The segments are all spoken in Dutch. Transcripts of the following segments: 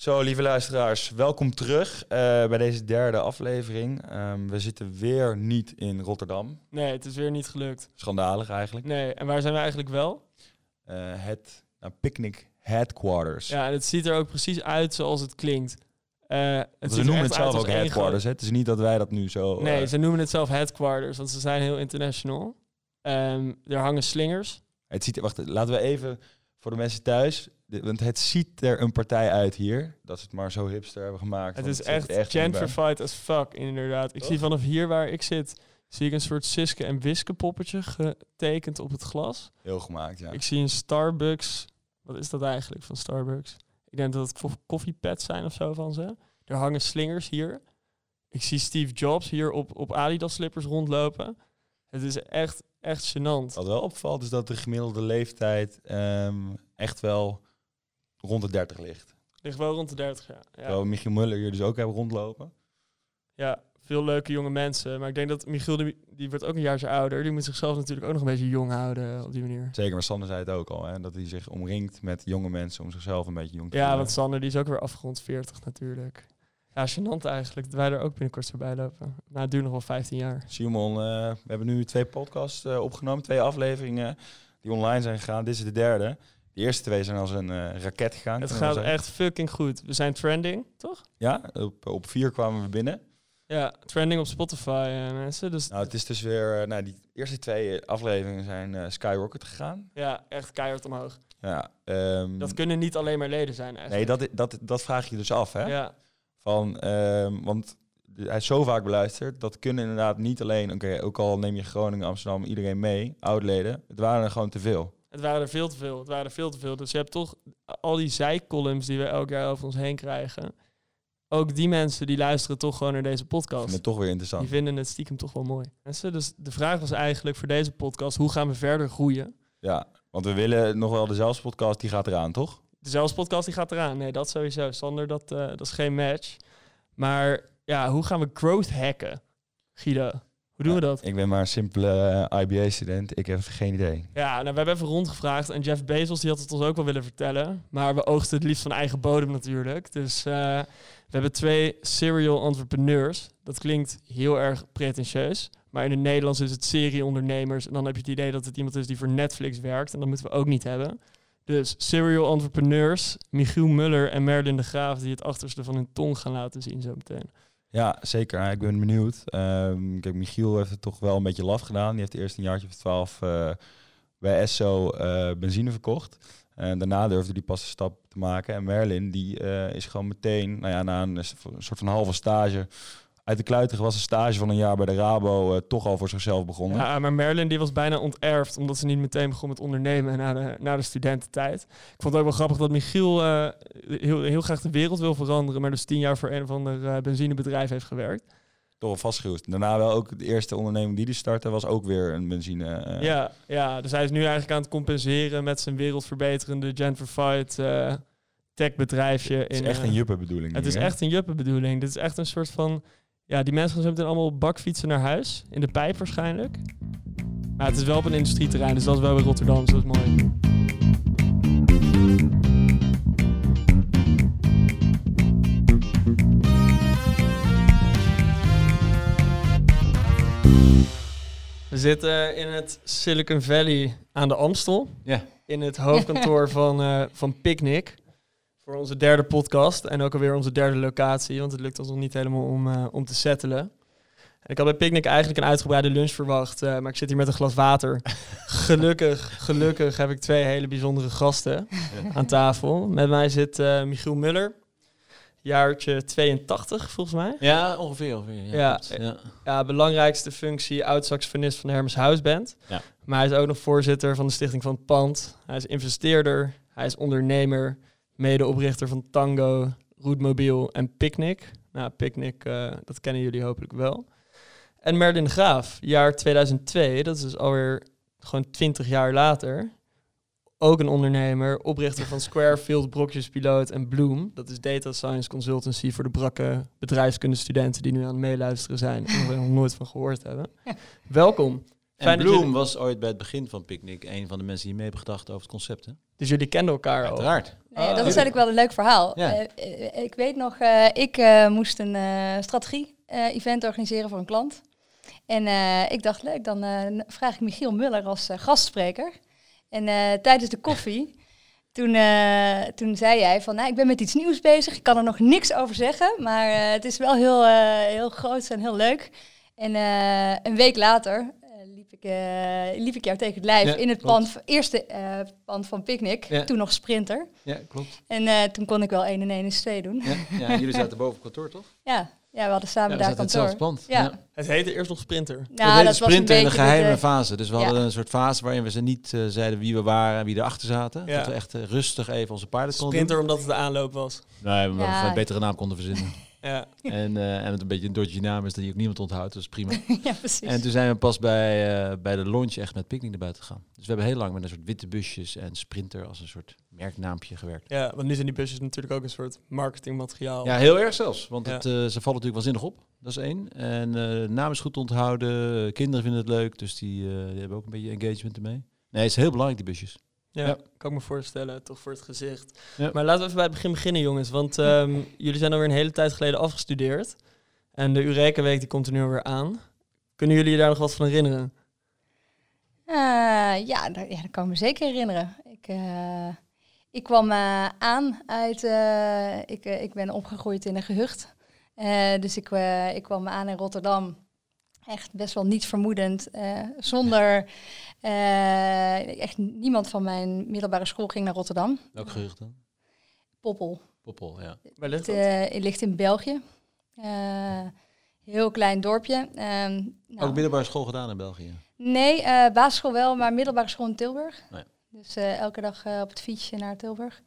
Zo, lieve luisteraars, welkom terug bij deze derde aflevering. We zitten weer niet in Rotterdam. Nee, het is weer niet gelukt. Schandalig eigenlijk. Nee, en waar zijn we eigenlijk wel? Het Picnic Headquarters. Ja, en het ziet er ook precies uit zoals het klinkt. We noemen het zelf ook Headquarters. Het is niet dat wij dat nu zo... Nee, ze noemen het zelf Headquarters, want ze zijn heel international. Er hangen slingers. Wacht, laten we even voor de mensen thuis... Want het ziet er een partij uit hier. Dat ze het maar zo hipster hebben gemaakt. Het is echt gentrified as fuck, inderdaad. Ik zie vanaf hier waar ik zit... zie ik een soort Siske en Wiske poppetje getekend op het glas. Heel gemaakt, ja. Ik zie een Starbucks. Wat is dat eigenlijk van Starbucks? Ik denk dat het koffiepads zijn of zo van ze. Er hangen slingers hier. Ik zie Steve Jobs hier op Adidas slippers rondlopen. Het is echt gênant. Wat wel opvalt is dat de gemiddelde leeftijd echt wel rond de 30 ligt. Ligt wel rond de 30, ja. Terwijl Michiel Muller hier dus ook hebben rondlopen. Ja, veel leuke jonge mensen. Maar ik denk dat Michiel, die wordt ook een jaartje ouder. Die moet zichzelf natuurlijk ook nog een beetje jong houden op die manier. Zeker, maar Sander zei het ook al. Hè, dat hij zich omringt met jonge mensen om zichzelf een beetje jong te voelen. Ja, want Sander die is ook weer afgerond 40 natuurlijk. Ja, gênant eigenlijk dat wij er ook binnenkort voorbij lopen. Nou, het duurt nog wel 15 jaar. Simon, we hebben nu 2 podcasts opgenomen. 2 afleveringen die online zijn gegaan. Dit is de derde. De eerste 2 zijn als een raket gegaan. Het gaat echt fucking goed. We zijn trending, toch? Ja, op 4 kwamen we binnen. Ja, trending op Spotify, mensen. Dus nou, het is dus weer... die eerste 2 afleveringen zijn skyrocket gegaan. Ja, echt keihard omhoog. Ja, dat kunnen niet alleen maar leden zijn eigenlijk. Nee, dat vraag je dus af, hè? Ja. Want hij is zo vaak beluisterd. Dat kunnen inderdaad niet alleen... ook al neem je Groningen, Amsterdam, iedereen mee. Oud-leden. Het waren er gewoon te veel. Het waren er veel te veel. Dus je hebt toch al die zijcolumns die we elk jaar over ons heen krijgen. Ook die mensen die luisteren toch gewoon naar deze podcast. Vinden het toch weer interessant. Die vinden het stiekem toch wel mooi. Dus de vraag was eigenlijk voor deze podcast, hoe gaan we verder groeien? Ja, want we willen nog wel dezelfde podcast, die gaat eraan, toch? Dezelfde podcast, die gaat eraan. Nee, dat sowieso. Sander, dat is geen match. Maar ja, hoe gaan we growth hacken, Guido? Hoe doen we dat? Ik ben maar een simpele IBA-student. Ik heb geen idee. Ja, nou, we hebben even rondgevraagd. En Jeff Bezos die had het ons ook wel willen vertellen. Maar we oogsten het liefst van eigen bodem natuurlijk. Dus we hebben 2 serial entrepreneurs. Dat klinkt heel erg pretentieus. Maar in het Nederlands is het serieondernemers. En dan heb je het idee dat het iemand is die voor Netflix werkt. En dat moeten we ook niet hebben. Dus serial entrepreneurs, Michiel Muller en Merlin de Graaf... die het achterste van hun tong gaan laten zien zo meteen. Ja, zeker. Ik ben benieuwd. Kijk, Michiel heeft het toch wel een beetje laf gedaan. Die heeft eerst een jaartje of 12 bij Esso benzine verkocht. En daarna durfde hij pas een stap te maken. En Merlin, die is gewoon meteen, na een soort van halve stage... Uit de kluitige was een stage van een jaar bij de Rabo toch al voor zichzelf begonnen. Ja, maar Merlin die was bijna onterfd, omdat ze niet meteen begon met ondernemen na de studententijd. Ik vond het ook wel grappig dat Michiel heel graag de wereld wil veranderen, maar dus 10 jaar voor een of ander benzinebedrijf heeft gewerkt. Toch wel vastgeroest. Daarna wel ook de eerste onderneming die startte, was ook weer een benzine. Ja, dus hij is nu eigenlijk aan het compenseren met zijn wereldverbeterende gentrified techbedrijfje. Het is echt een juppenbedoeling. Het is echt een juppenbedoeling. Dit is echt een soort van... Ja, die mensen gaan zo meteen allemaal op bakfietsen naar huis. In de pijp waarschijnlijk. Maar het is wel op een industrieterrein, dus dat is wel weer Rotterdam. Dus dat is mooi. We zitten in het Silicon Valley aan de Amstel. Ja. In het hoofdkantoor van Picnic. Voor onze derde podcast en ook alweer onze derde locatie, want het lukt ons nog niet helemaal om te settelen. En ik had bij Picnic eigenlijk een uitgebreide lunch verwacht, maar ik zit hier met een glas water. Gelukkig heb ik 2 hele bijzondere gasten aan tafel. Met mij zit Michiel Muller, jaartje 82 volgens mij. Ja, ongeveer. Ja, belangrijkste functie, oud-saxofonist van de Hermes House Band. Ja. Maar hij is ook nog voorzitter van de Stichting van het Pand. Hij is investeerder, hij is ondernemer... Medeoprichter van Tango, Roetmobiel en Picnic. Nou, Picnic, dat kennen jullie hopelijk wel. En Merlin de Graaf, jaar 2002, dat is dus alweer gewoon 20 jaar later. Ook een ondernemer, oprichter van Squarefield, Brokjespiloot en Bloom. Dat is data science consultancy voor de brakke bedrijfskundestudenten die nu aan het meeluisteren zijn en er nog nooit van gehoord hebben. Welkom. En Fijn dat Bloem jullie- was ooit bij het begin van Picnic een van de mensen die mee hebben gedacht over het concept. Hè? Dus jullie kenden elkaar al? Uiteraard. Nee, dat is Ah. eigenlijk wel een leuk verhaal. Ja. Ik weet nog, ik moest een strategie-event organiseren voor een klant. En ik dacht, leuk, dan vraag ik Michiel Muller als gastspreker. En tijdens de koffie, toen zei jij van, nou, ik ben met iets nieuws bezig. Ik kan er nog niks over zeggen, maar het is wel heel groot en heel leuk. En een week later liep ik jou tegen het lijf Ja, in het klopt. eerste pand van Picnic, Ja. toen nog Sprinter. Ja, klopt. En toen kon ik wel 1 en 1 is 2 doen. Ja, jullie zaten boven op kantoor, toch? Ja, we hadden samen we daar zaten in kantoor. hetzelfde pand. Ja. Het heette eerst nog Sprinter. Nou, Dat heette was Sprinter in een beetje geheime de- fase. Dus we Ja. hadden een soort fase waarin we ze niet zeiden wie we waren en wie erachter zaten. Ja. Dat we echt rustig even onze paarden konden Sprinter omdat het de aanloop was. doen. Nee, maar Ja. we een betere naam konden verzinnen. Ja. en het een beetje een dodgy naam is dat die ook niemand onthoudt. Dat is prima. Ja, precies. En toen zijn we pas bij de launch echt met Picnic naar buiten gegaan. Dus we hebben heel lang met een soort witte busjes en Sprinter als een soort merknaampje gewerkt. Ja, want nu zijn die busjes natuurlijk ook een soort marketingmateriaal. Ja, heel erg zelfs. Want Ja. ze vallen natuurlijk wel zinnig op. Dat is één. En de naam is goed te onthouden. Kinderen vinden het leuk. Dus die hebben ook een beetje engagement ermee. Nee, het is heel belangrijk, die busjes. Ja, Ja. kan ik me voorstellen, toch voor het gezicht. Ja. Maar laten we even bij het begin beginnen, jongens. Want jullie zijn alweer een hele tijd geleden afgestudeerd. En de Eureka-week die komt er nu alweer aan. Kunnen jullie je daar nog wat van herinneren? Dat kan ik me zeker herinneren. Ik kwam aan uit... ik ben opgegroeid in een gehucht. Dus ik kwam aan in Rotterdam. Echt best wel niet vermoedend. Zonder... echt niemand van mijn middelbare school ging naar Rotterdam. Welk gerucht dan? Poppel. Poppel, ja. Waar ligt dat? Het ligt in België. Heel klein dorpje. Ook middelbare school gedaan in België. Nee, basisschool wel, maar middelbare school in Tilburg. Nee. Dus elke dag op het fietsje naar Tilburg.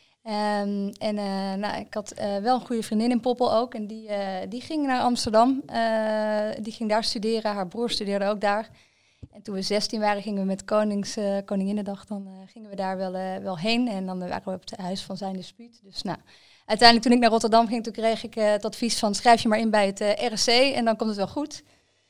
Ik had wel een goede vriendin in Poppel ook. En die ging naar Amsterdam. Die ging daar studeren. Haar broer studeerde ook daar. En toen we 16 waren, gingen we met Koninginnedag. Dan gingen we daar wel heen. En dan waren we op het huis van zijn dispuut. Dus nou, uiteindelijk toen ik naar Rotterdam ging, toen kreeg ik het advies van schrijf je maar in bij het RSC. En dan komt het wel goed.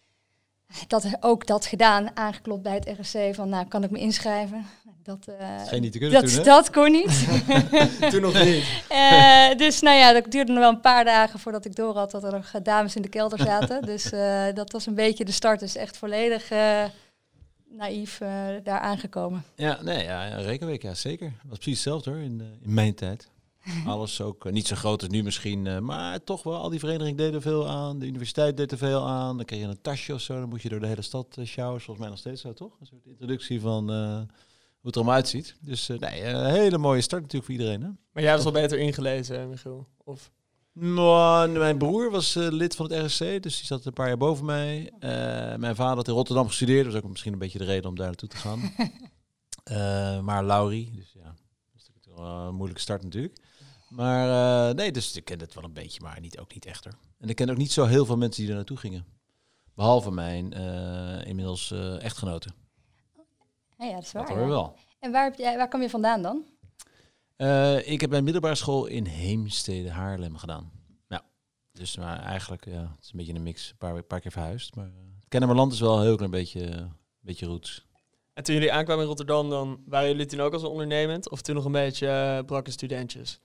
Dat gedaan, aangeklopt bij het RSC van, nou, kan ik me inschrijven? Dat Scheen niet te kunnen toen, hè? dat kon niet. Toen nog niet. Dus nou ja, dat duurde nog wel een paar dagen voordat ik door had dat er nog dames in de kelder zaten. Dus dat was een beetje de start. Dus echt volledig naïef daar aangekomen. Ja, nee, ja, Rekenweek, ja, zeker. Dat was precies hetzelfde hoor, in mijn tijd. Alles ook niet zo groot als nu misschien, maar toch wel. Al die verenigingen deden er veel aan. De universiteit deed er veel aan. Dan kreeg je een tasje of zo. Dan moet je door de hele stad sjouwen. Volgens mij nog steeds zo, toch? Een soort introductie van hoe het er allemaal uitziet. Dus een hele mooie start natuurlijk voor iedereen. Hè? Maar jij was al beter ingelezen, Michiel? Of? Nou, mijn broer was lid van het RSC, dus die zat een paar jaar boven mij. Mijn vader had in Rotterdam gestudeerd. Dat was ook misschien een beetje de reden om daar naartoe te gaan. Maar Laurie, dus ja, dat is natuurlijk wel een moeilijke start natuurlijk. Maar nee, dus ik ken het wel een beetje, maar ook niet echt hoor. En ik ken ook niet zo heel veel mensen die er naartoe gingen. Behalve mijn inmiddels echtgenoten. Ja, dat is Dat waar. hoor Ja. wel. En waar kom je vandaan dan? Ik heb mijn middelbare school in Heemstede, Haarlem gedaan. Ja, dus maar eigenlijk, ja, het is een beetje een mix. Een paar keer verhuisd. Maar Kennemerland is wel een heel klein beetje roots. En toen jullie aankwamen in Rotterdam, dan waren jullie toen ook als ondernemend? Of toen nog een beetje brakke studentjes?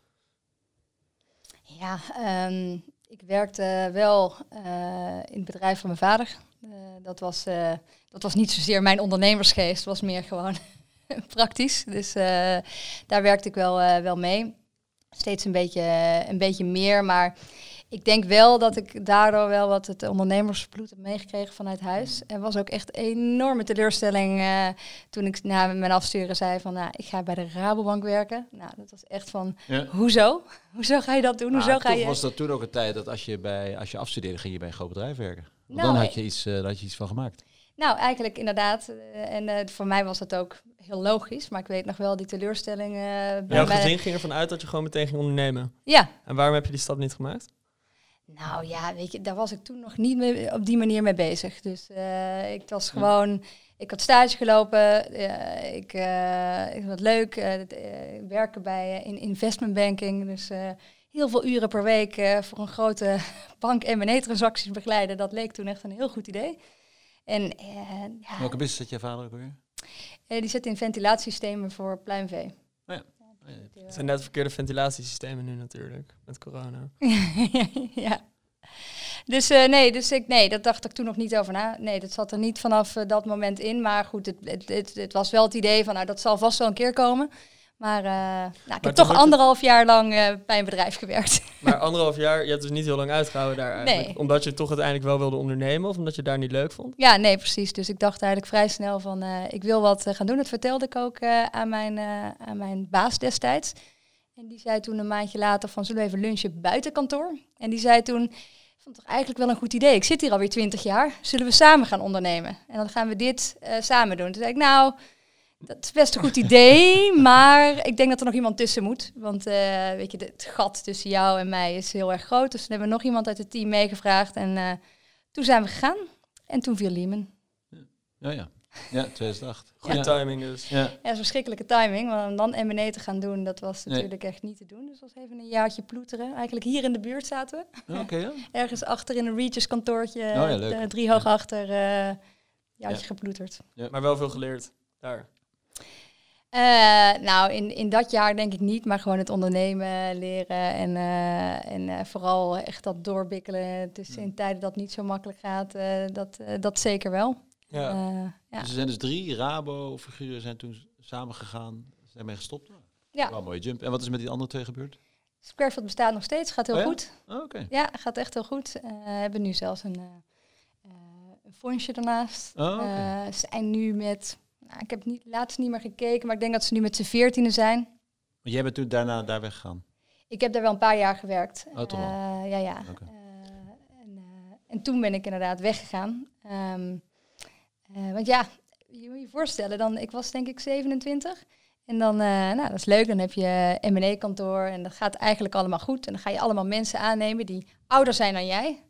Ja, ik werkte wel in het bedrijf van mijn vader. Dat was niet zozeer mijn ondernemersgeest, het was meer gewoon praktisch. Dus daar werkte ik wel mee. Steeds een beetje meer, maar ik denk wel dat ik daardoor wel wat het ondernemersbloed heb meegekregen vanuit huis. En was ook echt een enorme teleurstelling toen ik na mijn afsturen zei van, nou, ik ga bij de Rabobank werken. Nou, dat was echt van, Ja. hoezo? Hoezo ga je dat doen? Hoezo ga toch je... was dat toen ook een tijd dat als je afstudeerde, ging je bij een groot bedrijf werken. Want Nou, dan had je iets van gemaakt. Nou, eigenlijk inderdaad. Voor mij was dat ook heel logisch. Maar ik weet nog wel die teleurstelling. bij Jouw mij- gezin ging ervan uit dat je gewoon meteen ging ondernemen. Ja. En waarom heb je die stap niet gemaakt? Nou ja, weet je, daar was ik toen nog niet mee, op die manier mee bezig. Dus ik was gewoon... Ik had stage gelopen. Ik vond het leuk. Werken bij in investment banking. Dus heel veel uren per week voor een grote bank M&A-transacties begeleiden. Dat leek toen echt een heel goed idee. En Welke business zet je vader ook weer? die zit in ventilatiesystemen voor pluimvee. Het zijn net verkeerde ventilatiesystemen nu natuurlijk, met corona. Ja. Dus dat dacht ik toen nog niet over na. Nee, dat zat er niet vanaf dat moment in. Maar goed, het was wel het idee van, nou, dat zal vast wel een keer komen. Maar ik heb toch 1,5 jaar lang bij een bedrijf gewerkt. Maar 1,5 jaar, je hebt dus niet heel lang uitgehouden daar eigenlijk. Nee. Omdat je toch uiteindelijk wel wilde ondernemen of omdat je het daar niet leuk vond? Ja, nee, precies. Dus ik dacht eigenlijk vrij snel van, ik wil wat gaan doen. Dat vertelde ik ook aan mijn baas destijds. En die zei toen een maandje later van, zullen we even lunchen buiten kantoor? En die zei toen, ik vond het toch eigenlijk wel een goed idee. Ik zit hier alweer 20 jaar. Zullen we samen gaan ondernemen? En dan gaan we dit samen doen. Toen zei ik, nou, dat is best een goed idee, maar ik denk dat er nog iemand tussen moet. Want weet je, het gat tussen jou en mij is heel erg groot. Dus toen hebben we nog iemand uit het team meegevraagd. En toen zijn we gegaan. En toen viel Lehman. Ja, 2008. Goede timing dus. Ja, dat is verschrikkelijke timing. Want om dan M&A te gaan doen, dat was natuurlijk echt niet te doen. Dus dat was even een jaartje ploeteren. Eigenlijk hier in de buurt zaten we. Okay. Ergens achter in een Regis kantoortje. 3 hoog achter. Jaartje geploeterd. Ja. Maar wel veel geleerd daar. Nou, in dat jaar denk ik niet, maar gewoon het ondernemen leren en vooral echt dat doorbikkelen. Dus in tijden dat niet zo makkelijk gaat, dat zeker wel. Ja. Dus er zijn dus 3 Rabo-figuren zijn toen samen gegaan, zijn mee gestopt. Ja. Wel een mooie jump. En wat is met die andere 2 gebeurd? Squarefield bestaat nog steeds, gaat heel goed. Oh, okay. Ja, gaat echt heel goed. We hebben nu zelfs een fondsje ernaast. Ze zijn nu met... Nou, ik heb laatst niet meer gekeken, maar ik denk dat ze nu met z'n 14 zijn. Maar jij bent toen daarna daar weggegaan? Ik heb daar wel een paar jaar gewerkt. Oh, toch wel? Ja. Okay. En toen ben ik inderdaad weggegaan. Want ja, je moet je voorstellen, ik was denk ik 27. En dan, dat is leuk, dan heb je M&A-kantoor en dat gaat eigenlijk allemaal goed. En dan ga je allemaal mensen aannemen die ouder zijn dan jij.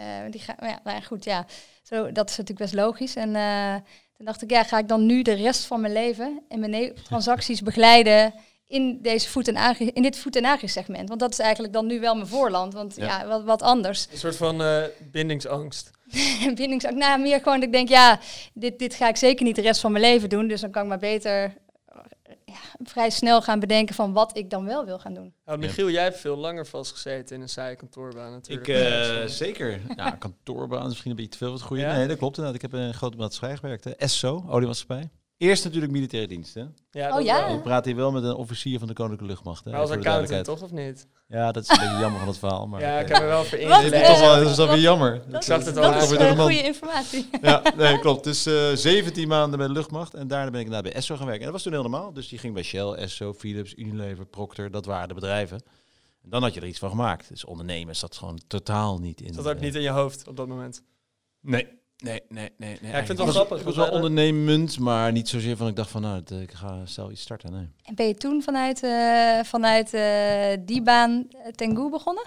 Yeah. Zo, dat is natuurlijk best logisch. En toen dacht ik, ga ik dan nu de rest van mijn leven M&A-transacties begeleiden in dit food- en agri-segment? Want dat is eigenlijk dan nu wel mijn voorland, want wat anders. Een soort van bindingsangst. Bindingsangst, nou meer gewoon dat ik denk, dit ga ik zeker niet de rest van mijn leven doen. Dus dan kan ik maar beter vrij snel gaan bedenken van wat ik dan wel wil gaan doen. Nou, Michiel, jij hebt veel langer vastgezeten in een saaie kantoorbaan natuurlijk. Zeker. Ja, kantoorbaan is misschien een beetje te veel wat goede. Ja? Nee, dat klopt inderdaad. Ik heb in een grote maatschappij gewerkt. ESSO, oliemaatschappij. Eerst natuurlijk militaire dienst, hè? Ja, Ik praat hier wel met een officier van de Koninklijke Luchtmacht. Hè? Maar als accountant toch, of niet? Ja, dat is een beetje jammer van het verhaal. Maar ik heb er wel voor ingelezen. Dat is dan weer jammer. Ik zag het al. Dat is goede informatie. Ja, nee, klopt. Dus 17 maanden bij de luchtmacht en daarna ben ik bij ESSO gaan werken. En dat was toen heel normaal. Dus die ging bij Shell, ESSO, Philips, Unilever, Procter. Dat waren de bedrijven. En dan had je er iets van gemaakt. Dus ondernemen zat gewoon totaal niet in. Zat ook niet in je hoofd op dat moment? Nee. Ja, ik vind het wel grappig. Ik was wel ondernemend, maar niet zozeer van ik dacht van ik ga zelf iets starten. Nee. En ben je toen vanuit die baan Tengoe begonnen?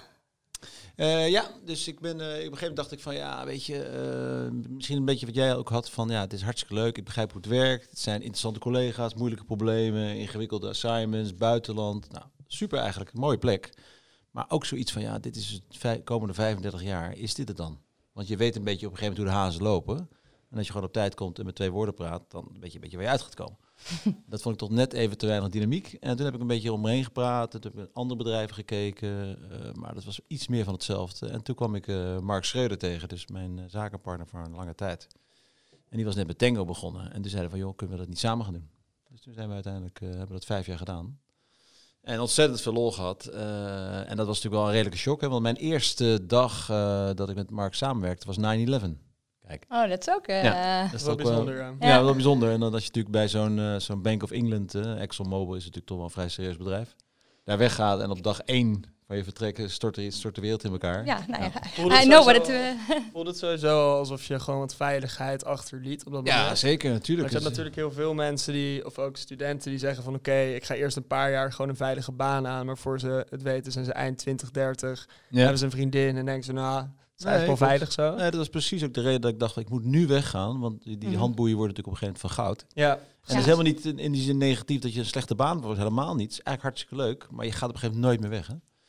Dus ik ben op een gegeven moment dacht ik van weet je, misschien een beetje wat jij ook had van het is hartstikke leuk, ik begrijp hoe het werkt. Het zijn interessante collega's, moeilijke problemen, ingewikkelde assignments, buitenland. Nou, super eigenlijk, een mooie plek. Maar ook zoiets van dit is het komende 35 jaar, is dit het dan? Want je weet een beetje op een gegeven moment hoe de hazen lopen. En als je gewoon op tijd komt en met 2 woorden praat, dan weet je een beetje waar je uit gaat komen. Dat vond ik toch net even te weinig dynamiek. En toen heb ik een beetje om me heen gepraat. Toen heb ik met andere bedrijven gekeken. Maar dat was iets meer van hetzelfde. En toen kwam ik Mark Schreuder tegen, dus mijn zakenpartner voor een lange tijd. En die was net met Tango begonnen. En toen zeiden van, kunnen we dat niet samen gaan doen? Dus toen zijn we uiteindelijk, hebben dat 5 jaar gedaan. En ontzettend veel lol gehad. En dat was natuurlijk wel een redelijke shock. Hè, want mijn eerste dag dat ik met Mark samenwerkte was 9/11. Kijk. Oh, dat is ook... dat is wel bijzonder. Ja, wel bijzonder. En dan als je natuurlijk bij zo'n Bank of England, ExxonMobil is natuurlijk toch wel een vrij serieus bedrijf, daar weggaat en op dag 1 van je vertrekken stort de wereld in elkaar. Ja, nou ja. I know what it... Voelde het sowieso alsof je gewoon wat veiligheid achterliet op dat moment? Ja, zeker, natuurlijk. Want je hebt natuurlijk heel veel mensen of ook studenten die zeggen van oké, ik ga eerst een paar jaar gewoon een veilige baan aan, maar voor ze het weten zijn ze eind 20, 30, hebben ze een vriendin en denken ze het is eigenlijk wel veilig zo. Nee, dat was precies ook de reden dat ik dacht, ik moet nu weggaan, want die handboeien worden natuurlijk op een gegeven moment van goud. Ja. En dat is helemaal niet in die zin negatief dat je een slechte baan wordt, helemaal niet. Het is eigenlijk hartstikke leuk, maar je gaat op een gegeven moment nooit meer weg, hè?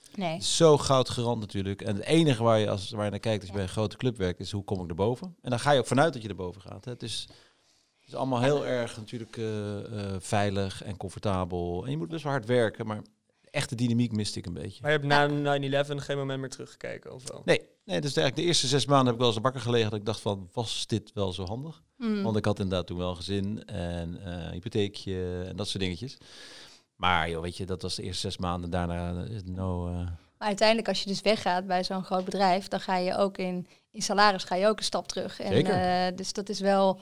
Nee. Het is zo goudgerand natuurlijk. En het enige waar je naar kijkt als je bij een grote club werkt, is hoe kom ik erboven. En dan ga je ook vanuit dat je erboven gaat. Hè. Het is allemaal heel erg natuurlijk veilig en comfortabel. En je moet best wel hard werken, maar de echte dynamiek miste ik een beetje. Maar je hebt na 9/11 geen moment meer teruggekeken, of wel? Nee, dus eigenlijk de eerste 6 maanden heb ik wel eens een bakker gelegen dat ik dacht van, was dit wel zo handig? Want ik had inderdaad toen wel een gezin en hypotheekje en dat soort dingetjes. Maar joh, weet je, dat was de eerste 6 maanden. Daarna Maar uiteindelijk als je dus weggaat bij zo'n groot bedrijf, dan ga je ook in salaris ga je ook een stap terug. En, dus dat is wel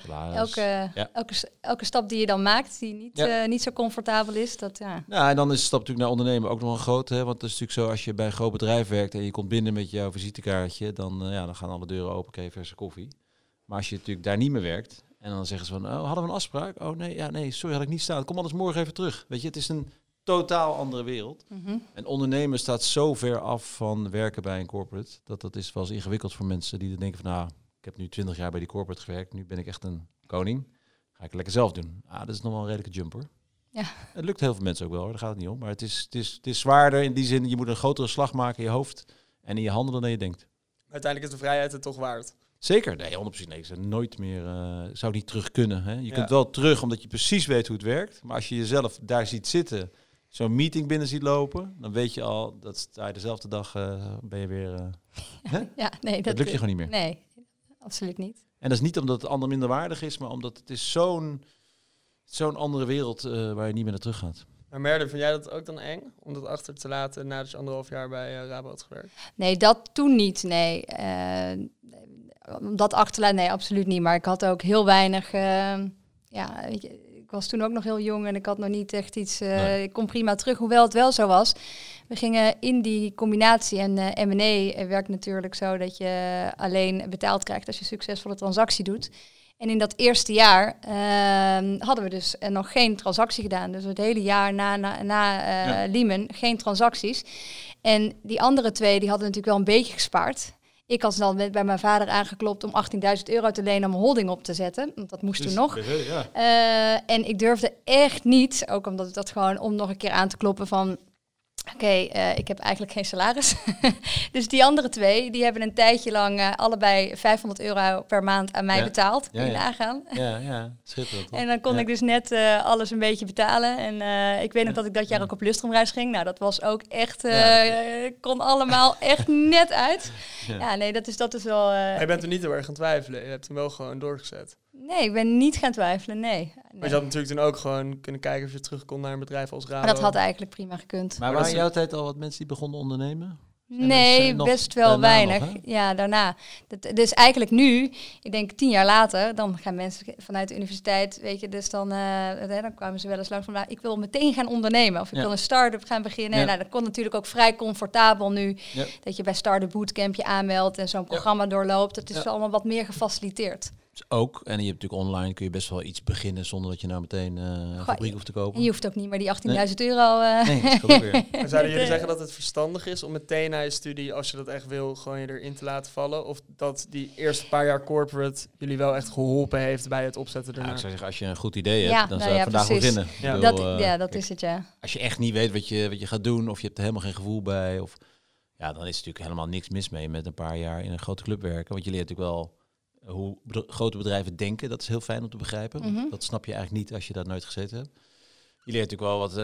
elke stap die je dan maakt, die niet zo comfortabel is. Ja, en dan is de stap natuurlijk naar ondernemen ook nog een groot. Hè? Want het is natuurlijk zo, als je bij een groot bedrijf werkt en je komt binnen met jouw visitekaartje, dan gaan alle deuren open, krijg je verse koffie. Maar als je natuurlijk daar niet meer werkt, en dan zeggen ze van, hadden we een afspraak? Oh nee, sorry, had ik niet staan. Kom anders morgen even terug. Weet je, het is een totaal andere wereld. En ondernemen staat zo ver af van werken bij een corporate, dat is wel eens ingewikkeld voor mensen die denken van, ik heb nu 20 jaar bij die corporate gewerkt, nu ben ik echt een koning. Ga ik lekker zelf doen. Dat is nog wel een redelijke jump, hoor. Ja. Het lukt heel veel mensen ook wel, hoor. Daar gaat het niet om. Maar het is zwaarder in die zin, je moet een grotere slag maken in je hoofd en in je handen dan je denkt. Uiteindelijk is de vrijheid het toch waard? Zeker, nee, 100%. Nee, ik zou nooit meer, zou niet terug kunnen. Hè? Je kunt wel terug, omdat je precies weet hoe het werkt. Maar als je jezelf daar ziet zitten, zo'n meeting binnen ziet lopen, dan weet je al dat sta je dezelfde dag ben je weer. Ja, nee, dat lukt je gewoon niet meer. Nee, absoluut niet. En dat is niet omdat het ander minder waardig is, maar omdat het is zo'n andere wereld waar je niet meer naar terug gaat. Maar Merde, vind jij dat ook dan eng? Om dat achter te laten nadat je 1,5 jaar bij Rabo had gewerkt? Nee, dat toen niet. Nee. Om dat achter te laten, nee, absoluut niet. Maar ik had ook heel weinig. Weet je, ik was toen ook nog heel jong en ik had nog niet echt iets. Ik kon prima terug, hoewel het wel zo was. We gingen in die combinatie en M&A werkt natuurlijk zo dat je alleen betaald krijgt als je succesvolle transactie doet. En in dat eerste jaar hadden we dus nog geen transactie gedaan. Dus het hele jaar na Lehman geen transacties. En die andere 2 die hadden natuurlijk wel een beetje gespaard. Ik had dan bij mijn vader aangeklopt om €18.000 te lenen om een holding op te zetten. Want dat moest toen nog. En ik durfde echt niet, ook omdat het dat gewoon om nog een keer aan te kloppen van, oké, ik heb eigenlijk geen salaris. Dus die andere 2, die hebben een tijdje lang allebei €500 per maand aan mij betaald. Kun je nagaan. Ja, schitterend. En dan kon ik dus net alles een beetje betalen. En ik weet nog dat ik dat jaar ook op lustrumreis ging. Nou, dat was ook echt, kon allemaal echt net uit. Ja, nee, dat is wel. Maar je bent er niet heel erg gaan twijfelen. Je hebt hem wel gewoon doorgezet. Nee, ik ben niet gaan twijfelen, nee. Maar je had natuurlijk toen ook gewoon kunnen kijken of je terug kon naar een bedrijf als Rabo. Maar dat had eigenlijk prima gekund. Maar waren in jouw tijd al wat mensen die begonnen ondernemen? Nee, best wel weinig. Nog, ja, daarna. Dus eigenlijk nu, ik denk 10 jaar later, dan gaan mensen vanuit de universiteit, weet je, dus dan kwamen ze wel eens langs van, ik wil meteen gaan ondernemen. Of ik wil een start-up gaan beginnen. Nou, dat kon natuurlijk ook vrij comfortabel nu, dat je bij Start-up Bootcamp je aanmeldt en zo'n programma doorloopt. Het is allemaal wat meer gefaciliteerd. Ook. En je hebt natuurlijk online kun je best wel iets beginnen zonder dat je nou meteen een fabriek hoeft te kopen. En je hoeft ook niet meer die €18.000. Nee, dat is goed weer. Maar zouden jullie zeggen dat het verstandig is om meteen na je studie, als je dat echt wil, gewoon je erin te laten vallen? Of dat die eerste paar jaar corporate jullie wel echt geholpen heeft bij het opzetten daarna? Ik zou zeggen, als je een goed idee hebt, dan zou je vandaag beginnen. Dat is het, ja. Als je echt niet weet wat je gaat doen, of je hebt er helemaal geen gevoel bij, of dan is er natuurlijk helemaal niks mis mee met een paar jaar in een grote club werken. Want je leert natuurlijk wel hoe grote bedrijven denken. Dat is heel fijn om te begrijpen. Dat snap je eigenlijk niet als je daar nooit gezeten hebt. Je leert natuurlijk wel wat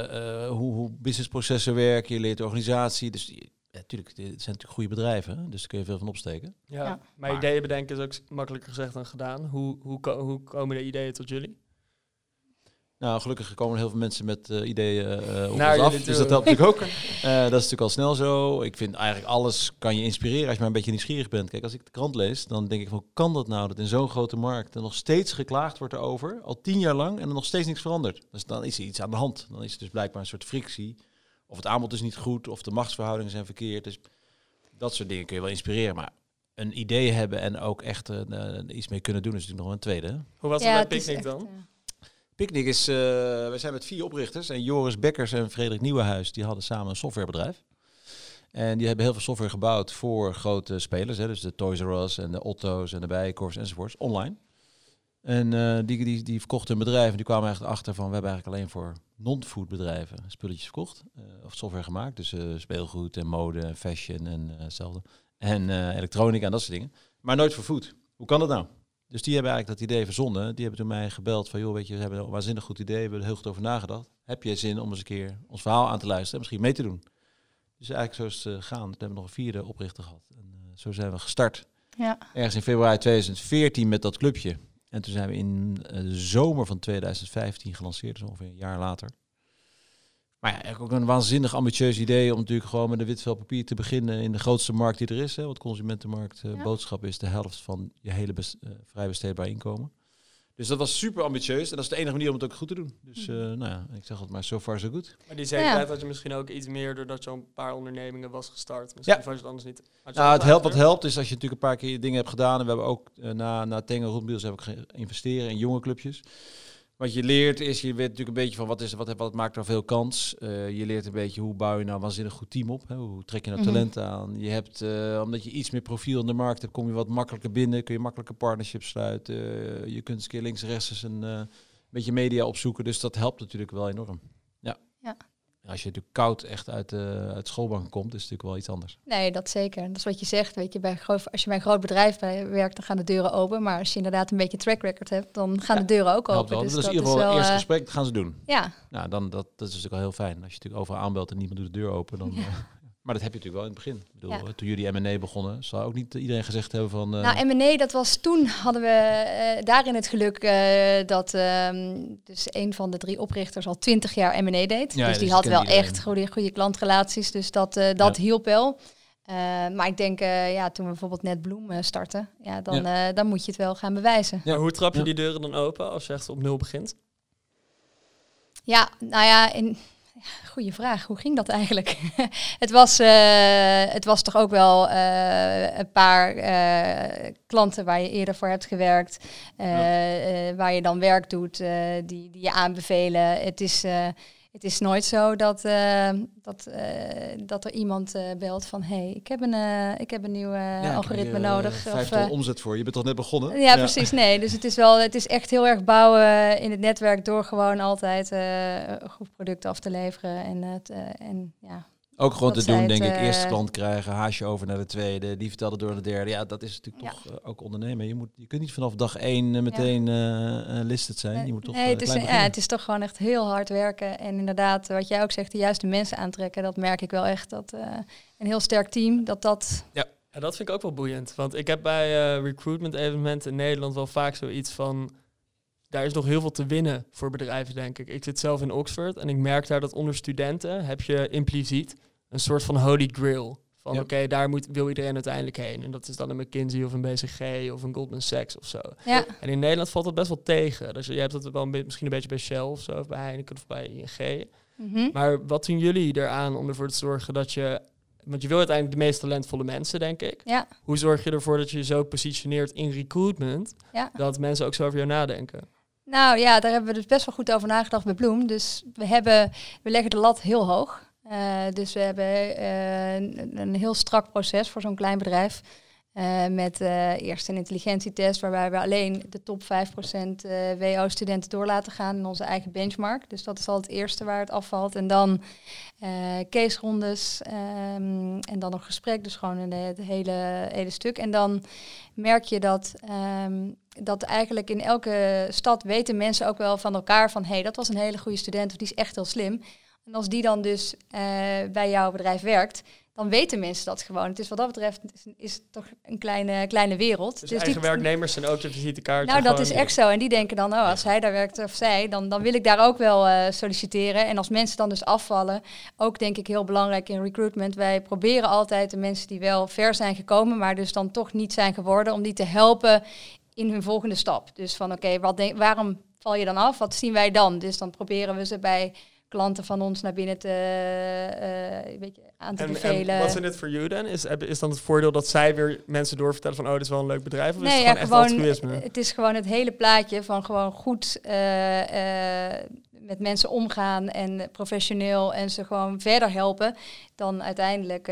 hoe businessprocessen werken. Je leert de organisatie. Dus natuurlijk, het zijn natuurlijk goede bedrijven. Dus daar kun je veel van opsteken. Ja. Maar ideeën bedenken is ook makkelijker gezegd dan gedaan. Hoe komen de ideeën tot jullie? Nou, gelukkig komen er heel veel mensen met ideeën op naar ons af. Dus dat helpt natuurlijk ook. Dat is natuurlijk al snel zo. Ik vind eigenlijk alles kan je inspireren als je maar een beetje nieuwsgierig bent. Kijk, als ik de krant lees, dan denk ik van, hoe kan dat nou dat in zo'n grote markt er nog steeds geklaagd wordt erover, al 10 jaar lang, en er nog steeds niks verandert. Dus dan is er iets aan de hand. Dan is er dus blijkbaar een soort frictie. Of het aanbod is niet goed, of de machtsverhoudingen zijn verkeerd. Dus dat soort dingen kun je wel inspireren. Maar een idee hebben en ook echt iets mee kunnen doen is natuurlijk nog een tweede. Hè? Hoe was het bij Picnic dan? Picnic is, we zijn met 4 oprichters. En Joris Bekkers en Frederik Nieuwenhuis, die hadden samen een softwarebedrijf. En die hebben heel veel software gebouwd voor grote spelers. Hè, dus de Toys R Us en de Otto's en de Bijenkorfs enzovoorts, online. En die verkochten een bedrijf en die kwamen eigenlijk achter van... we hebben eigenlijk alleen voor non-food bedrijven spulletjes verkocht. Of software gemaakt. Dus speelgoed en mode en fashion en hetzelfde. En elektronica en dat soort dingen. Maar nooit voor food. Hoe kan dat nou? Dus die hebben eigenlijk dat idee verzonnen. Die hebben toen mij gebeld van... joh, weet je, we hebben een waanzinnig goed idee. We hebben er heel goed over nagedacht. Heb je zin om eens een keer ons verhaal aan te luisteren... en misschien mee te doen? Dus eigenlijk zo is het gegaan. Toen hebben we nog een 4e oprichter gehad. En zo zijn we gestart. Ja. Ergens in februari 2014 met dat clubje. En toen zijn we in de zomer van 2015 gelanceerd. Dus ongeveer een jaar later. Maar ja, eigenlijk ook een waanzinnig ambitieus idee... om natuurlijk gewoon met een wit vel papier te beginnen... in de grootste markt die er is. Hè, want consumentenmarkt boodschap is de helft van je hele vrij besteedbaar inkomen. Dus dat was super ambitieus. En dat is de enige manier om het ook goed te doen. Dus nou ja, ik zeg altijd maar, so far so good. Maar die zekerheid had je misschien ook iets meer... doordat je al een paar ondernemingen was gestart. Misschien was het anders niet. Nou, wat helpt is als je natuurlijk een paar keer dingen hebt gedaan. En we hebben ook na Tengen Roetmobiels heb ik investeren in jonge clubjes. Wat je leert is, je weet natuurlijk een beetje van wat maakt er veel kans. Je leert een beetje hoe bouw je nou een waanzinnig goed team op. Hè? Hoe trek je nou talenten aan. Je hebt, omdat je iets meer profiel in de markt hebt, kom je wat makkelijker binnen. Kun je makkelijker partnerships sluiten. Je kunt eens een keer links en rechts eens een beetje media opzoeken. Dus dat helpt natuurlijk wel enorm. Ja. Als je natuurlijk koud echt uit schoolbank komt, is het natuurlijk wel iets anders. Nee, dat zeker. Dat is wat je zegt. Weet je, als je bij een groot bedrijf werkt, dan gaan de deuren open. Maar als je inderdaad een beetje track record hebt, dan gaan de deuren ook open. Dus dat is in ieder geval het eerste gesprek, dat gaan ze doen. Ja. Nou, dat is natuurlijk wel heel fijn. Als je natuurlijk overal aanbelt en niemand doet de deur open, dan... Maar dat heb je natuurlijk wel in het begin. Ik bedoel, toen jullie M&A begonnen, zou ook niet iedereen gezegd hebben van... Nou, M&A, dat was toen, hadden we daarin het geluk dat dus een van de 3 oprichters al 20 jaar M&A deed. Ja, dus die had wel echt goede klantrelaties. Dus dat hielp wel. Maar ik denk, toen we bijvoorbeeld net Bloem starten, dan moet je het wel gaan bewijzen. Ja, hoe trap je die deuren dan open als je echt op 0 begint? Ja, nou ja... Goeie vraag. Hoe ging dat eigenlijk? Het was toch ook wel een paar klanten waar je eerder voor hebt gewerkt, waar je dan werk doet, die je aanbevelen. Het is nooit zo dat er iemand belt van... hey, ik heb een nieuw algoritme nodig. 5 ton omzet voor. Je bent toch net begonnen? Ja, precies. Nee, dus het is echt heel erg bouwen in het netwerk... door gewoon altijd een goed product af te leveren. Ook gewoon te doen, denk ik. Eerste klant krijgen, haasje over naar de tweede. Die vertelde door de derde. Ja, dat is natuurlijk toch ook ondernemen. Je kunt niet vanaf dag 1 meteen listed zijn. Je moet toch het is toch gewoon echt heel hard werken. En inderdaad, wat jij ook zegt, de juiste mensen aantrekken. Dat merk ik wel echt. Dat een heel sterk team, dat... Ja, dat vind ik ook wel boeiend. Want ik heb bij recruitment evenementen in Nederland wel vaak zoiets van... Daar is nog heel veel te winnen voor bedrijven, denk ik. Ik zit zelf in Oxford en ik merk daar dat onder studenten heb je impliciet een soort van holy grail. Van oké, daar wil iedereen uiteindelijk heen. En dat is dan een McKinsey of een BCG of een Goldman Sachs of zo. Ja. En in Nederland valt dat best wel tegen. Dus je hebt dat wel misschien een beetje bij Shell of zo, of bij Heineken of bij ING. Mm-hmm. Maar wat doen jullie eraan om ervoor te zorgen dat je... Want je wil uiteindelijk de meest talentvolle mensen, denk ik. Ja. Hoe zorg je ervoor dat je je zo positioneert in recruitment... dat mensen ook zo over jou nadenken? Nou ja, daar hebben we dus best wel goed over nagedacht bij Bloem. Dus we leggen de lat heel hoog. Dus we hebben een heel strak proces voor zo'n klein bedrijf. Met eerst een intelligentietest waarbij we alleen de top 5% WO-studenten door laten gaan in onze eigen benchmark. Dus dat is al het eerste waar het afvalt. En dan case rondes en dan nog gesprek, dus gewoon het hele stuk. En dan merk je dat eigenlijk in elke stad weten mensen ook wel van elkaar van... hey, dat was een hele goede student of die is echt heel slim. En als die dan dus bij jouw bedrijf werkt... dan weten mensen dat gewoon. Het is wat dat betreft is het toch een kleine wereld. Dus eigen werknemers zijn ook de visitekaartje. Nou, dat is echt zo. En die denken dan, als hij daar werkt of zij, dan wil ik daar ook wel solliciteren. En als mensen dan dus afvallen, ook denk ik heel belangrijk in recruitment. Wij proberen altijd de mensen die wel ver zijn gekomen, maar dus dan toch niet zijn geworden, om die te helpen in hun volgende stap. Dus van waarom val je dan af? Wat zien wij dan? Dus dan proberen we ze bij klanten van ons naar binnen aan te bevelen. En wat is dit voor jou dan? Is dan het voordeel dat zij weer mensen doorvertellen van... dit is wel een leuk bedrijf? Of nee, is het gewoon echt altruïsme? Het is gewoon het hele plaatje van gewoon goed met mensen omgaan en professioneel en ze gewoon verder helpen, dan uiteindelijk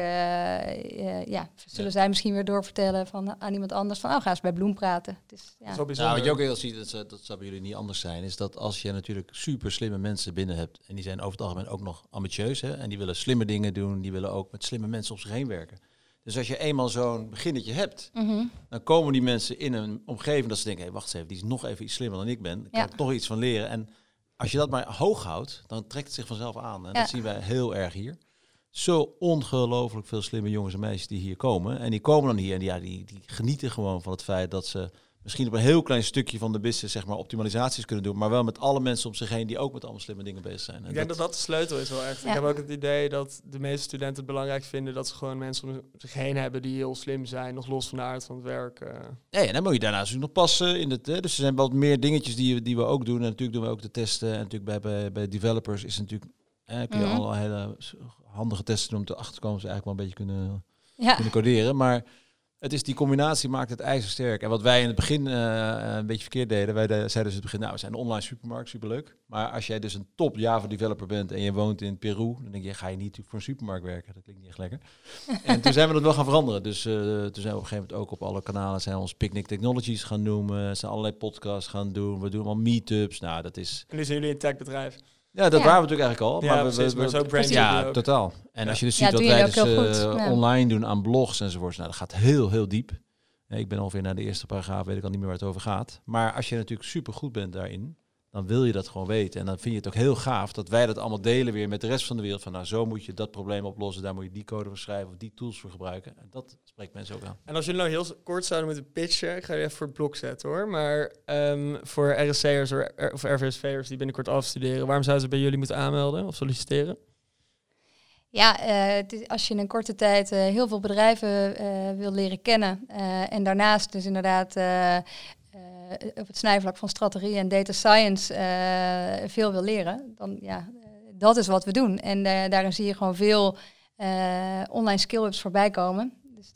zullen zij misschien weer doorvertellen aan iemand anders van, ga eens bij Bloem praten. Het is, Dat is wel bijzonder. Nou, wat je ook heel ziet, dat zou bij jullie niet anders zijn, is dat als je natuurlijk super slimme mensen binnen hebt, en die zijn over het algemeen ook nog ambitieus, hè, en die willen slimme dingen doen, die willen ook met slimme mensen om zich heen werken. Dus als je eenmaal zo'n beginnetje hebt, dan komen die mensen in een omgeving dat ze denken, wacht eens even, die is nog even iets slimmer dan ik ben. Daar kan ik toch iets van leren. En als je dat maar hoog houdt, dan trekt het zich vanzelf aan. En dat zien wij heel erg hier. Zo ongelooflijk veel slimme jongens en meisjes die hier komen. En die komen dan hier en die genieten gewoon van het feit dat ze misschien op een heel klein stukje van de business zeg maar optimalisaties kunnen doen, maar wel met alle mensen om zich heen die ook met allemaal slimme dingen bezig zijn. En ik denk dat dat de sleutel is wel echt. Ja. Ik heb ook het idee dat de meeste studenten het belangrijk vinden dat ze gewoon mensen om zich heen hebben die heel slim zijn, nog los van de aard van het werk. Ja, en dan moet je daarnaast nog passen in het. Dus er zijn wel meer dingetjes die we ook doen. En natuurlijk doen we ook de testen. En natuurlijk bij developers is natuurlijk heb je al hele handige testen om te achter te komen ze eigenlijk wel een beetje kunnen coderen, maar het is die combinatie maakt het ijzersterk. En wat wij in het begin een beetje verkeerd deden, zeiden dus in het begin, we zijn een online supermarkt, superleuk. Maar als jij dus een top Java developer bent en je woont in Peru, dan denk je, ga je niet voor een supermarkt werken. Dat klinkt niet echt lekker. En toen zijn we dat wel gaan veranderen. Dus toen zijn we op een gegeven moment ook op alle kanalen zijn we ons Picnic Technologies gaan noemen, zijn allerlei podcasts gaan doen. We doen allemaal meetups. Nou, dat is. En nu zijn jullie een techbedrijf. Ja, dat waren we natuurlijk eigenlijk al. Ja, maar maar zo brand ja, totaal. En als je dus ziet wat wij dus online doen aan blogs enzovoorts, nou, dat gaat heel, heel diep. Ik ben alweer naar de eerste paragraaf, weet ik al niet meer waar het over gaat. Maar als je natuurlijk super goed bent daarin, dan wil je dat gewoon weten. En dan vind je het ook heel gaaf dat wij dat allemaal delen weer met de rest van de wereld. Van nou, zo moet je dat probleem oplossen, daar moet je die code voor schrijven of die tools voor gebruiken. En dat spreekt mensen ook aan. En als jullie nou heel kort zouden moeten pitchen, ik ga je even voor het blok zetten hoor. Maar voor RSC'ers of RVSV'ers die binnenkort afstuderen, waarom zouden ze bij jullie moeten aanmelden of solliciteren? Ja, als je in een korte tijd heel veel bedrijven wil leren kennen en daarnaast dus inderdaad op het snijvlak van strategie en data science veel wil leren, dan dat is wat we doen. En daarin zie je gewoon veel online skill-ups voorbij komen. Dus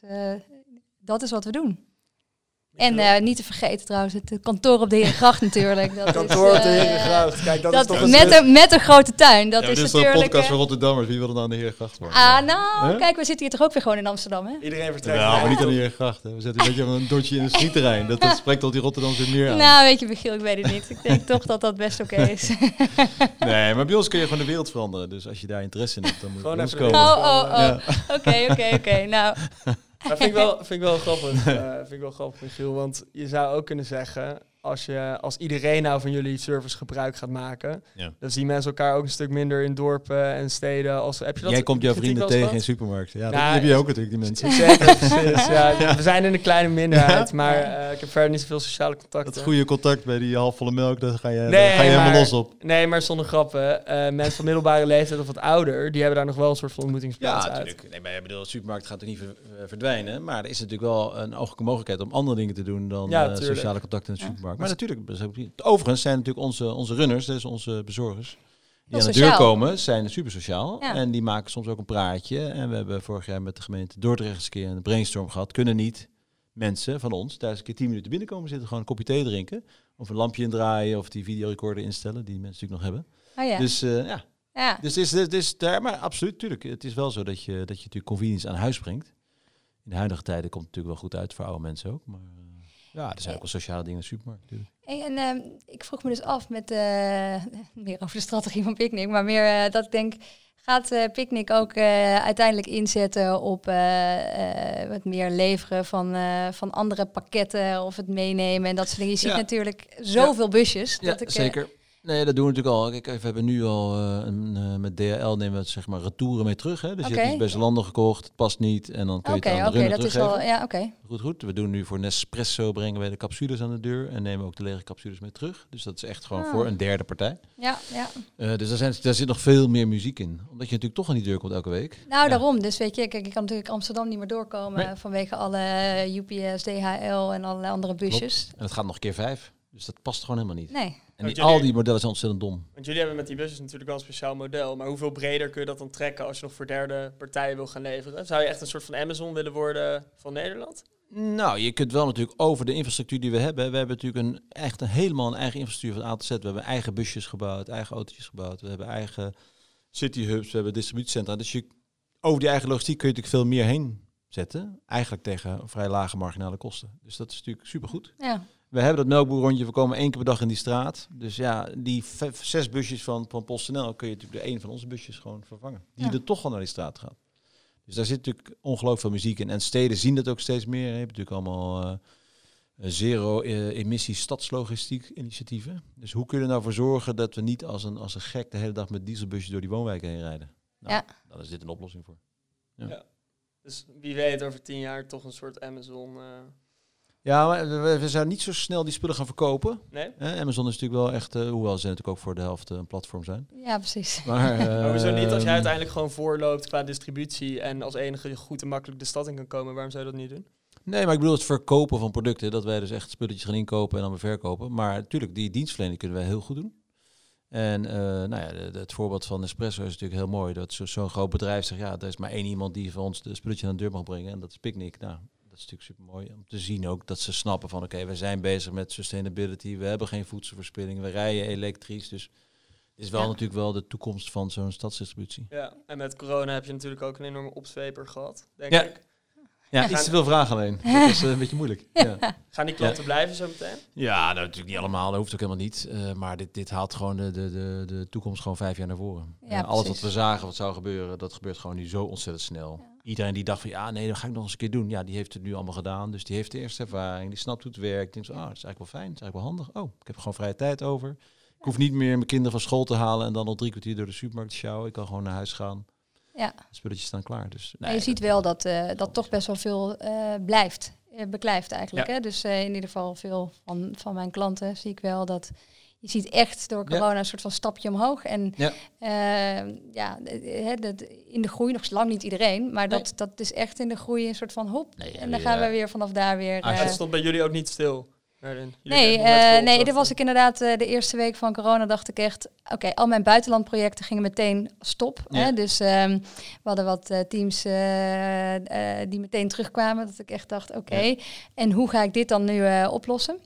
dat is wat we doen. En niet te vergeten trouwens, het kantoor op de Herengracht natuurlijk. Dat kantoor op de Herengracht, kijk, dat is toch met een grote tuin. Dat is natuurlijk een podcast van Rotterdammers. Wie wil er nou aan de Herengracht worden? Kijk, we zitten hier toch ook weer gewoon in Amsterdam, hè? Iedereen vertrekt. Ja, maar niet aan de Herengracht. Hè. We zetten een beetje een dotje in een schietterrein. Dat spreekt tot die Rotterdamse meer aan. Nou, weet je, Michiel, ik weet het niet. Ik denk toch dat dat best oké is. Nee, maar bij ons kun je gewoon de wereld veranderen. Dus als je daar interesse in hebt, dan moet je bij ons komen. Oké. Nou... Dat vind ik wel grappig. Vind ik wel grappig, Michiel. Want je zou ook kunnen zeggen, als iedereen nou van jullie service gebruik gaat maken, dan zien mensen elkaar ook een stuk minder in dorpen en steden. Jij komt jouw vrienden tegen in supermarkt. Ja, dat heb je ook natuurlijk, die mensen. Zeker, precies. Ja, we zijn in een kleine minderheid, maar ik heb verder niet zoveel sociale contacten. Dat goede contact bij die halfvolle melk, daar ga je helemaal los op. Nee, maar zonder grappen. Mensen van middelbare leeftijd of wat ouder, die hebben daar nog wel een soort van ontmoetingsplaats uit. Natuurlijk. Nee, maar ik bedoel, de supermarkt gaat er niet verdwijnen, maar er is natuurlijk wel een ooglijke mogelijkheid om andere dingen te doen dan sociale contacten in de supermarkt. Maar natuurlijk, overigens zijn natuurlijk onze runners, dus onze bezorgers, die aan de deur komen, zijn super sociaal. Ja. En die maken soms ook een praatje. En we hebben vorig jaar met de gemeente Dordrecht eens een keer een brainstorm gehad. Kunnen niet mensen van ons thuis een keer 10 minuten binnenkomen zitten, gewoon een kopje thee drinken. Of een lampje indraaien of die videorecorder instellen, die mensen natuurlijk nog hebben. Oh ja. Dus Dus het is daar, maar absoluut, tuurlijk. Het is wel zo dat je natuurlijk convenience aan huis brengt. In de huidige tijden komt het natuurlijk wel goed uit voor oude mensen ook, maar... Ja, er zijn ook wel sociale dingen in de supermarkt natuurlijk. En ik vroeg me dus af met meer over de strategie van Picnic, maar meer dat ik denk, gaat Picnic ook uiteindelijk inzetten op wat meer leveren van andere pakketten of het meenemen en dat soort dingen. Je ziet natuurlijk zoveel busjes. Ja, dat zeker. Nee, dat doen we natuurlijk al. Kijk, we hebben nu al met DHL nemen we zeg maar retouren mee terug. Hè? Dus je hebt iets bij Zalando gekocht, het past niet en dan kun je het aan de runner teruggeven. Goed. We doen nu voor Nespresso brengen wij de capsules aan de deur en nemen ook de lege capsules mee terug. Dus dat is echt gewoon voor een derde partij. Ja. Dus daar zit nog veel meer muziek in. Omdat je natuurlijk toch aan die deur komt elke week. Nou, daarom. Dus weet je, kijk, ik kan natuurlijk Amsterdam niet meer doorkomen vanwege alle UPS, DHL en allerlei andere busjes. Klopt. En het gaat nog keer 5. Dus dat past gewoon helemaal niet. Nee. En al die modellen zijn ontzettend dom. Want jullie hebben met die busjes natuurlijk wel een speciaal model. Maar hoeveel breder kun je dat dan trekken als je nog voor derde partijen wil gaan leveren? Zou je echt een soort van Amazon willen worden van Nederland? Nou, je kunt wel natuurlijk over de infrastructuur die we hebben. We hebben natuurlijk helemaal een eigen infrastructuur van A tot Z. We hebben eigen busjes gebouwd, eigen autootjes gebouwd. We hebben eigen cityhubs, we hebben distributiecentra. Dus over die eigen logistiek kun je natuurlijk veel meer heen zetten. Eigenlijk tegen vrij lage marginale kosten. Dus dat is natuurlijk supergoed. Ja. We hebben dat melkboerrondje, we komen 1 keer per dag in die straat. Dus ja, die 6 busjes van PostNL kun je natuurlijk door 1 van onze busjes gewoon vervangen. Die er toch al naar die straat gaat. Dus daar zit natuurlijk ongelooflijk veel muziek in. En steden zien dat ook steeds meer. Je hebt natuurlijk allemaal zero-emissie stadslogistiek initiatieven. Dus hoe kun je er nou voor zorgen dat we niet als een gek de hele dag met dieselbusjes door die woonwijken heen rijden? Nou, dan is dit een oplossing voor. Ja. Dus wie weet over 10 jaar toch een soort Amazon... Ja, maar we zijn niet zo snel die spullen gaan verkopen. Nee? Amazon is natuurlijk wel echt, hoewel ze natuurlijk ook voor de helft een platform zijn. Ja, precies. Maar hoezo niet? Als jij uiteindelijk gewoon voorloopt qua distributie en als enige goed en makkelijk de stad in kan komen, waarom zou je dat niet doen? Nee, maar ik bedoel het verkopen van producten, dat wij dus echt spulletjes gaan inkopen en dan weer verkopen. Maar natuurlijk, die dienstverlening kunnen wij heel goed doen. En het voorbeeld van Nespresso is natuurlijk heel mooi. Dat zo'n groot bedrijf zegt, ja, er is maar 1 iemand die voor ons de spulletje aan de deur mag brengen. En dat is Picnic. Nou, dat is natuurlijk super mooi om te zien ook dat ze snappen van oké, we zijn bezig met sustainability. We hebben geen voedselverspilling. We rijden elektrisch. Dus het is wel natuurlijk wel de toekomst van zo'n stadsdistributie. Ja, en met corona heb je natuurlijk ook een enorme opzweper gehad, denk Ja. ik. Ja, iets te veel vragen alleen. Dat is een beetje moeilijk. Ja. Gaan die klanten blijven zo meteen? Ja, nou, natuurlijk niet allemaal. Dat hoeft ook helemaal niet. Maar dit haalt gewoon de toekomst gewoon 5 jaar naar voren. Ja, alles wat we zagen wat zou gebeuren, dat gebeurt gewoon nu zo ontzettend snel. Ja. Iedereen die dacht van, ja, nee, dat ga ik nog eens een keer doen. Ja, die heeft het nu allemaal gedaan. Dus die heeft de eerste ervaring. Die snapt hoe het werkt. Die denkt zo, dat is eigenlijk wel fijn. Dat is eigenlijk wel handig. Oh, ik heb gewoon vrije tijd over. Ik hoef niet meer mijn kinderen van school te halen en dan al 3 kwartier door de supermarkt te sjouwen. Ik kan gewoon naar huis gaan. Ja. De spulletjes staan klaar. Dus, je ziet wel dat toch best wel veel beklijft eigenlijk. Ja. Hè? Dus in ieder geval veel van mijn klanten zie ik wel dat je ziet echt door corona een soort van stapje omhoog. En in de groei, nog lang niet iedereen, maar dat is echt in de groei een soort van hop. Nee, en dan gaan we weer vanaf daar weer... Het stond bij jullie ook niet stil? Nee, dit was ik inderdaad de eerste week van corona dacht ik echt, oké, al mijn buitenlandprojecten gingen meteen stop. Ja. Hè? Dus we hadden wat teams die meteen terugkwamen, dat ik echt dacht, en hoe ga ik dit dan nu oplossen?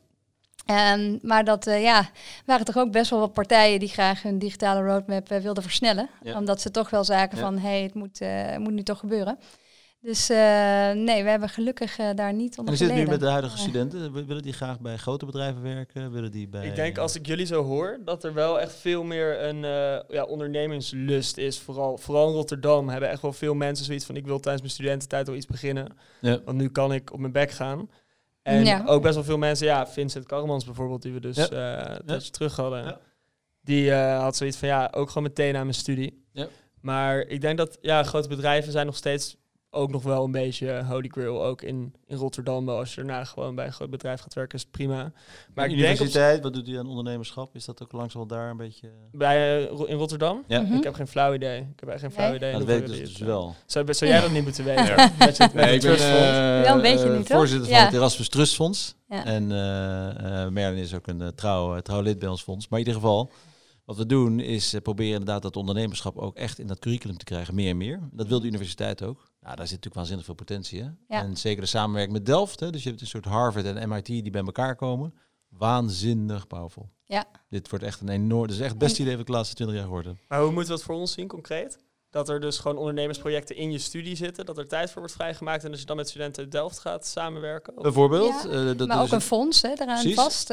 Maar dat waren toch ook best wel wat partijen die graag hun digitale roadmap wilden versnellen. Ja. Omdat ze toch wel zagen van, het moet nu toch gebeuren. Dus we hebben gelukkig daar niet onder geleden. En hoe zit het nu met de huidige studenten? Willen die graag bij grote bedrijven werken? Willen die bij... Ik denk als ik jullie zo hoor, dat er wel echt veel meer een ondernemingslust is. Vooral in Rotterdam hebben echt wel veel mensen zoiets van, ik wil tijdens mijn studententijd wel iets beginnen. Ja. Want nu kan ik op mijn bek gaan. En ook best wel veel mensen, Vincent Karremans bijvoorbeeld, die we dus terug hadden. Ja. Die had zoiets van, ook gewoon meteen aan mijn studie. Ja. Maar ik denk dat, grote bedrijven zijn nog steeds ook nog wel een beetje holy grail. Ook in Rotterdam, als je daarna gewoon bij een groot bedrijf gaat werken, is het prima. Maar universiteit, wat doet hij aan ondernemerschap? Is dat ook langzaam daar een beetje... In Rotterdam? Ja. Ik heb geen flauw idee. Ik heb echt geen flauw idee. Dat weet ik dus wel. Zou jij dat niet moeten weten? Ik ben wel een beetje niet, voorzitter van het Erasmus Trust Fonds. Ja. En Merlin is ook een trouw lid bij ons fonds. Maar in ieder geval... Wat we doen is proberen inderdaad dat ondernemerschap ook echt in dat curriculum te krijgen, meer en meer. Dat wil de universiteit ook. Nou, daar zit natuurlijk waanzinnig veel potentie. Hè? Ja. En zeker de samenwerking met Delft. Hè? Dus je hebt een soort Harvard en MIT die bij elkaar komen. Waanzinnig powerful. Ja. Dit wordt echt een enorm... Dit is echt het beste idee van de laatste 20 jaar geworden. Maar hoe moeten we dat voor ons zien, concreet? Dat er dus gewoon ondernemersprojecten in je studie zitten, dat er tijd voor wordt vrijgemaakt en als je dan met studenten uit Delft gaat samenwerken? Of? Bijvoorbeeld. Ja, maar ook een fonds daaraan vast.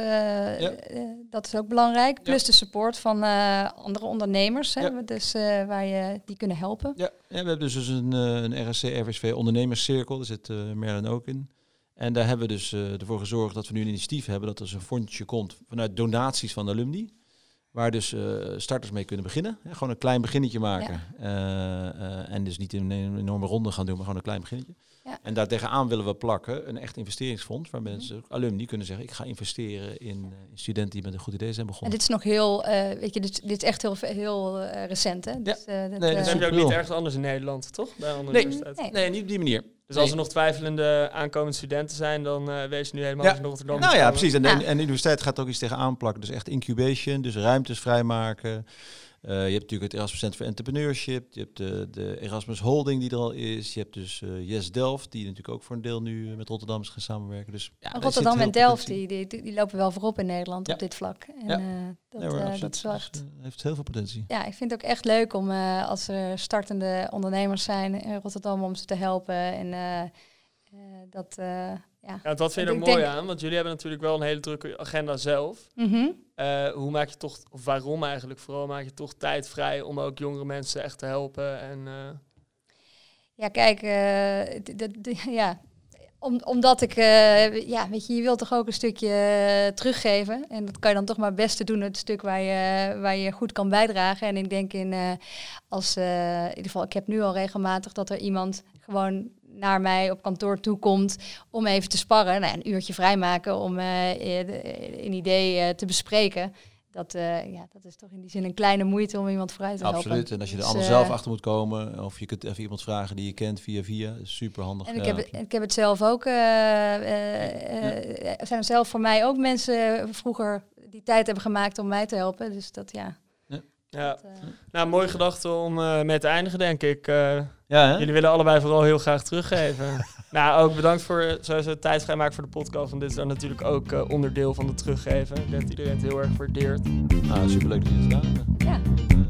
Dat is ook belangrijk. Plus de support van andere ondernemers, dus waar je die kunnen helpen. Ja, we hebben dus een RSC-RVSV ondernemerscirkel, daar zit Merlin ook in. En daar hebben we dus ervoor gezorgd dat we nu een initiatief hebben, dat er een fondje komt vanuit donaties van de alumni. Waar dus starters mee kunnen beginnen. Ja, gewoon een klein beginnetje maken. Ja. En dus niet een enorme ronde gaan doen, maar gewoon een klein beginnetje. Ja. En daar tegenaan willen we plakken een echt investeringsfonds. Waar mensen, alumni, kunnen zeggen, ik ga investeren in studenten die met een goed idee zijn begonnen. En dit is nog heel, dit is echt heel recent. Hè? Dus, dat heb je ook niet ergens anders in Nederland, toch? Bij een andere universiteit. Nee, niet op die manier. Dus als er nog twijfelende aankomende studenten zijn, dan wees je nu helemaal in Rotterdam. Nou ja, precies. En de universiteit gaat ook iets tegenaan plakken. Dus echt incubation, dus ruimtes vrijmaken. Je hebt natuurlijk het Erasmus Center for Entrepreneurship. Je hebt de Erasmus Holding die er al is. Je hebt dus Yes Delft, die natuurlijk ook voor een deel nu met Rotterdam is gaan samenwerken. Dus, Rotterdam en Delft, die lopen wel voorop in Nederland op dit vlak. En dat is wel echt... heeft heel veel potentie. Ja, ik vind het ook echt leuk om als er startende ondernemers zijn in Rotterdam om ze te helpen. En dat vind ik er mooi aan, want jullie hebben natuurlijk wel een hele drukke agenda zelf. Mm-hmm. Hoe maak je toch, of waarom eigenlijk vooral, maak je toch tijd vrij om ook jongere mensen echt te helpen? Ja, kijk, omdat ik, weet je wilt toch ook een stukje teruggeven. En dat kan je dan toch maar het beste doen, het stuk waar je goed kan bijdragen. En ik denk in ieder geval, ik heb nu al regelmatig dat er iemand gewoon naar mij op kantoor toekomt om even te sparren. Nou, een uurtje vrijmaken om een idee te bespreken. Dat is toch in die zin een kleine moeite om iemand vooruit te helpen. Absoluut. En als je er allemaal zelf achter moet komen, of je kunt even iemand vragen die je kent via, super handig. En ik heb het zelf ook. Er zijn zelf voor mij ook mensen vroeger die tijd hebben gemaakt om mij te helpen. Dus dat Nou, mooie gedachte om mee te eindigen, denk ik. Jullie willen allebei vooral heel graag teruggeven. Nou, ook bedankt voor sowieso tijd vrijmaken voor de podcast. Want dit is dan natuurlijk ook onderdeel van het teruggeven. Ik denk dat iedereen het heel erg waardeert. Superleuk dat je het gedaan hebt. Ja.